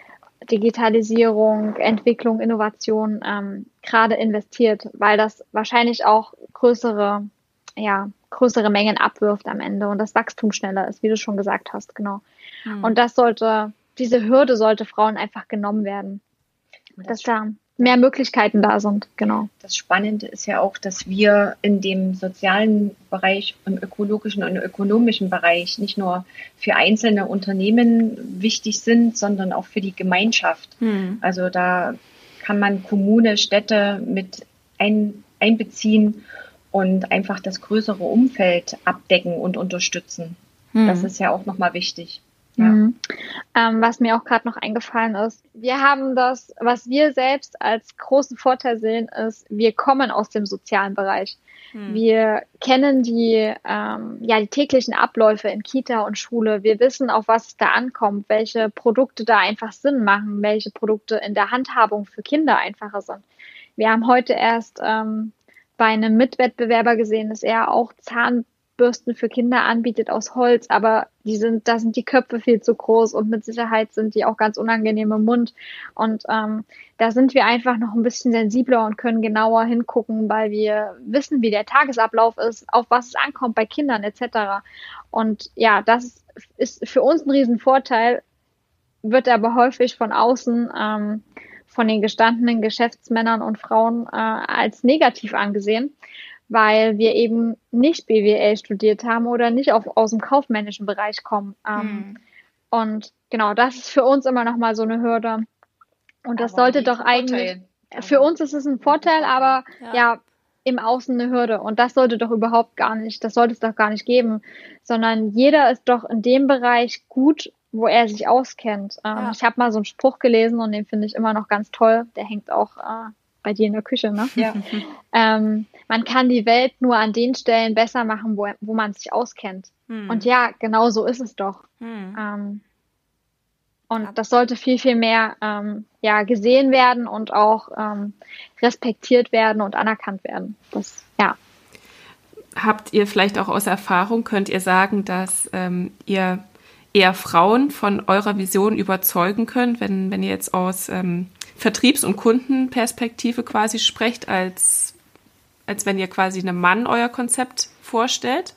Digitalisierung, Entwicklung, Innovation ähm, gerade investiert, weil das wahrscheinlich auch größere, ja, größere Mengen abwirft am Ende und das Wachstum schneller ist, wie du schon gesagt hast, genau. Mhm. Und das sollte Diese Hürde sollte Frauen einfach genommen werden, das dass da mehr Möglichkeiten da sind, genau. Das Spannende ist ja auch, dass wir in dem sozialen Bereich, im ökologischen und ökonomischen Bereich nicht nur für einzelne Unternehmen wichtig sind, sondern auch für die Gemeinschaft. Hm. Also da kann man Kommune, Städte mit ein, einbeziehen und einfach das größere Umfeld abdecken und unterstützen. Hm. Das ist ja auch nochmal wichtig. Ja. Mhm. Ähm, was mir auch gerade noch eingefallen ist, wir haben das, was wir selbst als großen Vorteil sehen, ist, wir kommen aus dem sozialen Bereich. Mhm. Wir kennen die, ähm, ja, die täglichen Abläufe in Kita und Schule. Wir wissen, auf was es da ankommt, welche Produkte da einfach Sinn machen, welche Produkte in der Handhabung für Kinder einfacher sind. Wir haben heute erst ähm, bei einem Mitwettbewerber gesehen, dass er auch Zahn Bürsten für Kinder anbietet aus Holz, aber die sind, da sind die Köpfe viel zu groß und mit Sicherheit sind die auch ganz unangenehm im Mund. Und ähm, da sind wir einfach noch ein bisschen sensibler und können genauer hingucken, weil wir wissen, wie der Tagesablauf ist, auf was es ankommt bei Kindern et cetera. Und ja, das ist für uns ein Riesenvorteil, wird aber häufig von außen ähm, von den gestandenen Geschäftsmännern und Frauen äh, als negativ angesehen, weil wir eben nicht B W L studiert haben oder nicht auf, aus dem kaufmännischen Bereich kommen. Ähm, hm. Und genau, das ist für uns immer noch mal so eine Hürde. Und das aber sollte doch eigentlich, Vorteil. Für uns ist es ein Vorteil, aber ja. ja, im Außen eine Hürde. Und das sollte doch überhaupt gar nicht, das sollte es doch gar nicht geben, sondern jeder ist doch in dem Bereich gut, wo er sich auskennt. Ähm, ja. Ich habe mal so einen Spruch gelesen und den finde ich immer noch ganz toll. Der hängt auch äh, bei dir in der Küche, ne? Ja. ähm, man kann die Welt nur an den Stellen besser machen, wo, wo man sich auskennt. Hm. Und ja, genau so ist es doch. Hm. Ähm, und ja. das sollte viel, viel mehr ähm, ja, gesehen werden und auch ähm, respektiert werden und anerkannt werden. Das, ja. Habt ihr vielleicht auch aus Erfahrung, könnt ihr sagen, dass ähm, ihr eher Frauen von eurer Vision überzeugen könnt, wenn, wenn ihr jetzt aus ähm, Vertriebs- und Kundenperspektive quasi sprecht, als, als wenn ihr quasi einem Mann euer Konzept vorstellt?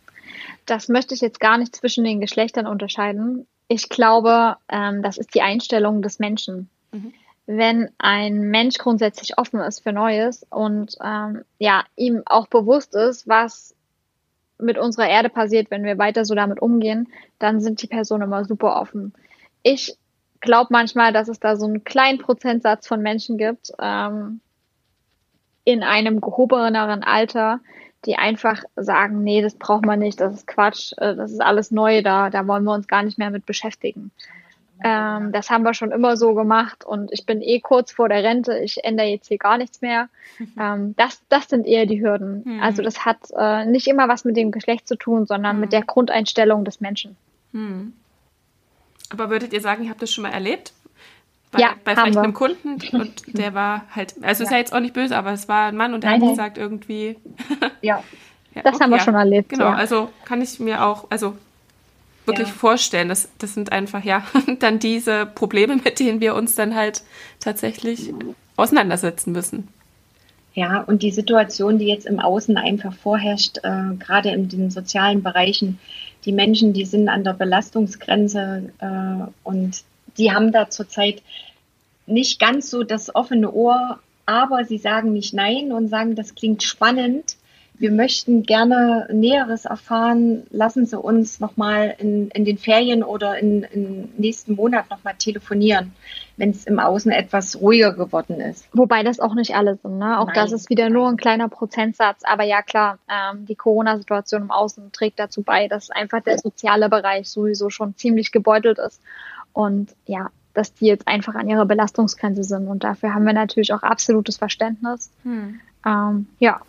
Das möchte ich jetzt gar nicht zwischen den Geschlechtern unterscheiden. Ich glaube, ähm, das ist die Einstellung des Menschen. Mhm. Wenn ein Mensch grundsätzlich offen ist für Neues und ähm, ja, ihm auch bewusst ist, was mit unserer Erde passiert, wenn wir weiter so damit umgehen, dann sind die Personen immer super offen. Ich glaube manchmal, dass es da so einen kleinen Prozentsatz von Menschen gibt, ähm, in einem gehobeneren Alter, die einfach sagen, nee, das braucht man nicht, das ist Quatsch, äh, das ist alles neu, da, da wollen wir uns gar nicht mehr mit beschäftigen. Ähm, das haben wir schon immer so gemacht und ich bin eh kurz vor der Rente, ich ändere jetzt hier gar nichts mehr. Ähm, das, das sind eher die Hürden. Hm. Also das hat äh, nicht immer was mit dem Geschlecht zu tun, sondern Hm. mit der Grundeinstellung des Menschen. Hm. Aber würdet ihr sagen, ihr habt das schon mal erlebt? Bei, Ja, bei haben vielleicht wir. einem Kunden und der war halt, also ist Ja. ja jetzt auch nicht böse, aber es war ein Mann und der Nein, hat nein. gesagt irgendwie. Ja, Ja, Das haben wir ja. schon erlebt, Genau, ja. also kann ich mir auch, also wirklich Ja. vorstellen, das, das sind einfach, ja, dann diese Probleme, mit denen wir uns dann halt tatsächlich auseinandersetzen müssen. ja, und die Situation, die jetzt im Außen einfach vorherrscht, äh, gerade in den sozialen Bereichen, die Menschen, die sind an der Belastungsgrenze äh, und die haben da zurzeit nicht ganz so das offene Ohr, aber sie sagen nicht nein und sagen, das klingt spannend. Wir möchten gerne Näheres erfahren. Lassen Sie uns nochmal in, in den Ferien oder in, in nächsten Monat nochmal telefonieren, wenn es im Außen etwas ruhiger geworden ist. Wobei das auch nicht alle sind, ne? Auch Nein, das ist wieder nur nein. ein kleiner Prozentsatz. Aber ja, klar, ähm, die Corona-Situation im Außen trägt dazu bei, dass einfach der soziale Bereich sowieso schon ziemlich gebeutelt ist. Und ja, dass die jetzt einfach an ihrer Belastungsgrenze sind. Und dafür haben wir natürlich auch absolutes Verständnis. Hm. Ähm, ja,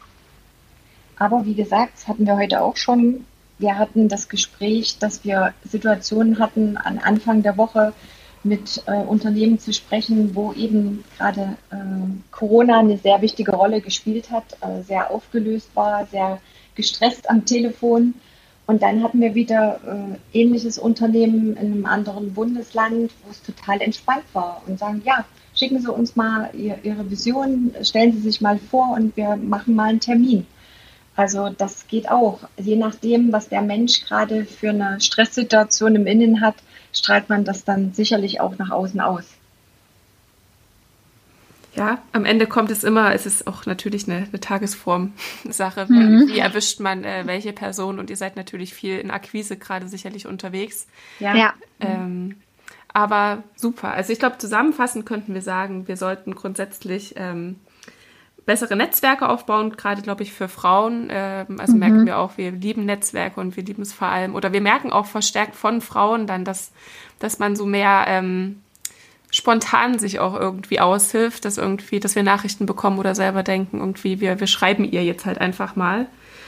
Aber wie gesagt, das hatten wir heute auch schon. Wir hatten das Gespräch, dass wir Situationen hatten, an Anfang der Woche mit äh, Unternehmen zu sprechen, wo eben gerade äh, Corona eine sehr wichtige Rolle gespielt hat, äh, sehr aufgelöst war, sehr gestresst am Telefon. Und dann hatten wir wieder äh, ähnliches Unternehmen in einem anderen Bundesland, wo es total entspannt war und sagen, ja, schicken Sie uns mal ihr, Ihre Vision, stellen Sie sich mal vor und wir machen mal einen Termin. Also das geht auch. Je nachdem, was der Mensch gerade für eine Stresssituation im Innen hat, strahlt man das dann sicherlich auch nach außen aus. Ja, am Ende kommt es immer, es ist auch natürlich eine, eine Tagesform-Sache. Mhm. Wie erwischt man äh, welche Person? Und ihr seid natürlich viel in Akquise gerade sicherlich unterwegs. ja. Ähm, aber super. Also ich glaube, zusammenfassend könnten wir sagen, wir sollten grundsätzlich ähm, bessere Netzwerke aufbauen, gerade, glaube ich, für Frauen. Ähm, also Mhm. merken wir auch, wir lieben Netzwerke und wir lieben es vor allem. Oder wir merken auch verstärkt von Frauen dann, dass, dass man so mehr ähm, spontan sich auch irgendwie aushilft, dass irgendwie, dass wir Nachrichten bekommen oder selber denken, irgendwie, wir, wir schreiben ihr jetzt halt einfach mal.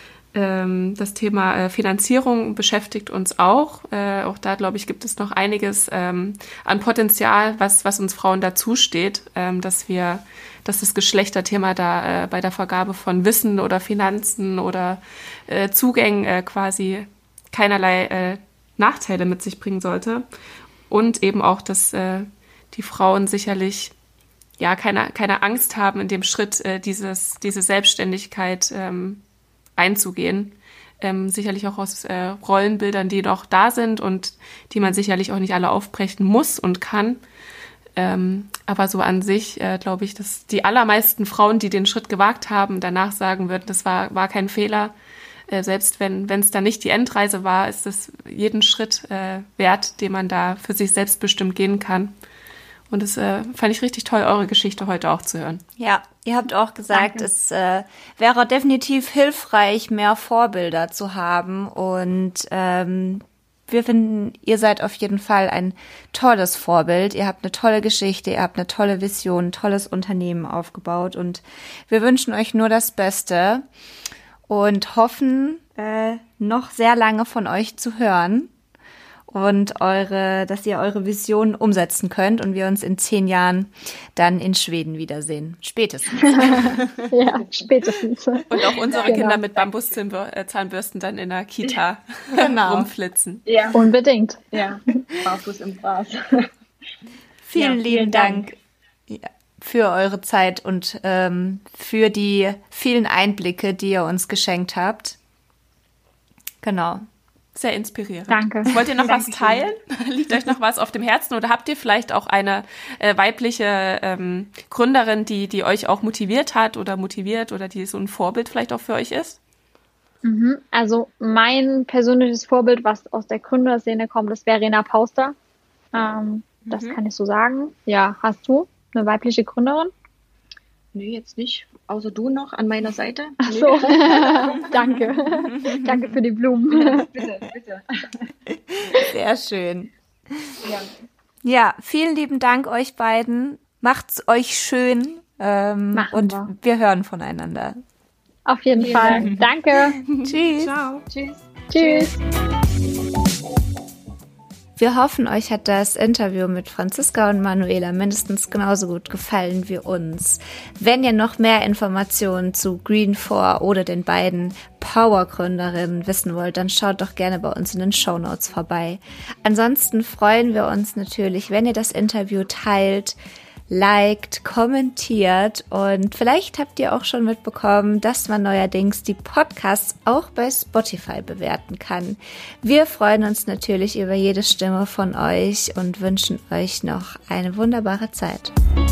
Ähm, das Thema äh, Finanzierung beschäftigt uns auch. Äh, auch da, glaube ich, gibt es noch einiges ähm, an Potenzial, was, was uns Frauen dazusteht, ähm, dass wir, dass das Geschlechterthema da äh, bei der Vergabe von Wissen oder Finanzen oder äh, Zugängen äh, quasi keinerlei äh, Nachteile mit sich bringen sollte. Und eben auch, dass äh, die Frauen sicherlich ja keine, keine Angst haben, in dem Schritt äh, dieses, diese Selbstständigkeit ähm, einzugehen. Ähm, sicherlich auch aus äh, Rollenbildern, die noch da sind und die man sicherlich auch nicht alle aufbrechen muss und kann. Ähm, aber so an sich äh, glaube ich, dass die allermeisten Frauen, die den Schritt gewagt haben, danach sagen würden, das war, war kein Fehler. Äh, selbst wenn wenn es dann nicht die Endreise war, ist es jeden Schritt äh, wert, den man da für sich selbstbestimmt gehen kann. Und das äh, fand ich richtig toll, eure Geschichte heute auch zu hören. Ja, ihr habt auch gesagt, Danke. es äh, wäre definitiv hilfreich, mehr Vorbilder zu haben. Und ähm, wir finden, ihr seid auf jeden Fall ein tolles Vorbild. Ihr habt eine tolle Geschichte, ihr habt eine tolle Vision, ein tolles Unternehmen aufgebaut. Und wir wünschen euch nur das Beste und hoffen, äh, noch sehr lange von euch zu hören. Und eure, dass ihr eure Vision umsetzen könnt und wir uns in zehn Jahren dann in Schweden wiedersehen. Spätestens. Ja, spätestens. Und auch unsere Genau. Kinder mit Bambuszahnbürsten dann in der Kita Genau. rumflitzen. Ja, Unbedingt. ja, barfuß im Gras. Vielen Ja, lieben vielen Dank, ja, für eure Zeit und ähm, für die vielen Einblicke, die ihr uns geschenkt habt. Genau. Sehr inspirierend. Danke. Wollt ihr noch was Dankeschön. teilen? Liegt euch noch was auf dem Herzen? Oder habt ihr vielleicht auch eine äh, weibliche ähm, Gründerin, die, die euch auch motiviert hat oder motiviert oder die so ein Vorbild vielleicht auch für euch ist? Mhm. Also mein persönliches Vorbild, was aus der Gründerszene kommt, ist Verena Pauster. Ähm, das Mhm. kann ich so sagen. Ja, hast du eine weibliche Gründerin? Nee, jetzt nicht. außer du noch an meiner Seite? Ach so, danke. Danke für die Blumen. Bitte, bitte. Sehr schön. Ja. Ja, vielen lieben Dank euch beiden. Macht's euch schön ähm, Machen und wir. wir hören voneinander. Auf jeden Vielen Fall. Dank. Danke. Tschüss. Ciao. Tschüss. Tschüss. Wir hoffen, euch hat das Interview mit Franziska und Manuela mindestens genauso gut gefallen wie uns. Wenn ihr noch mehr Informationen zu Green four oder den beiden Power-Gründerinnen wissen wollt, dann schaut doch gerne bei uns in den Shownotes vorbei. Ansonsten freuen wir uns natürlich, wenn ihr das Interview teilt, liked, kommentiert und vielleicht habt ihr auch schon mitbekommen, dass man neuerdings die Podcasts auch bei Spotify bewerten kann. Wir freuen uns natürlich über jede Stimme von euch und wünschen euch noch eine wunderbare Zeit.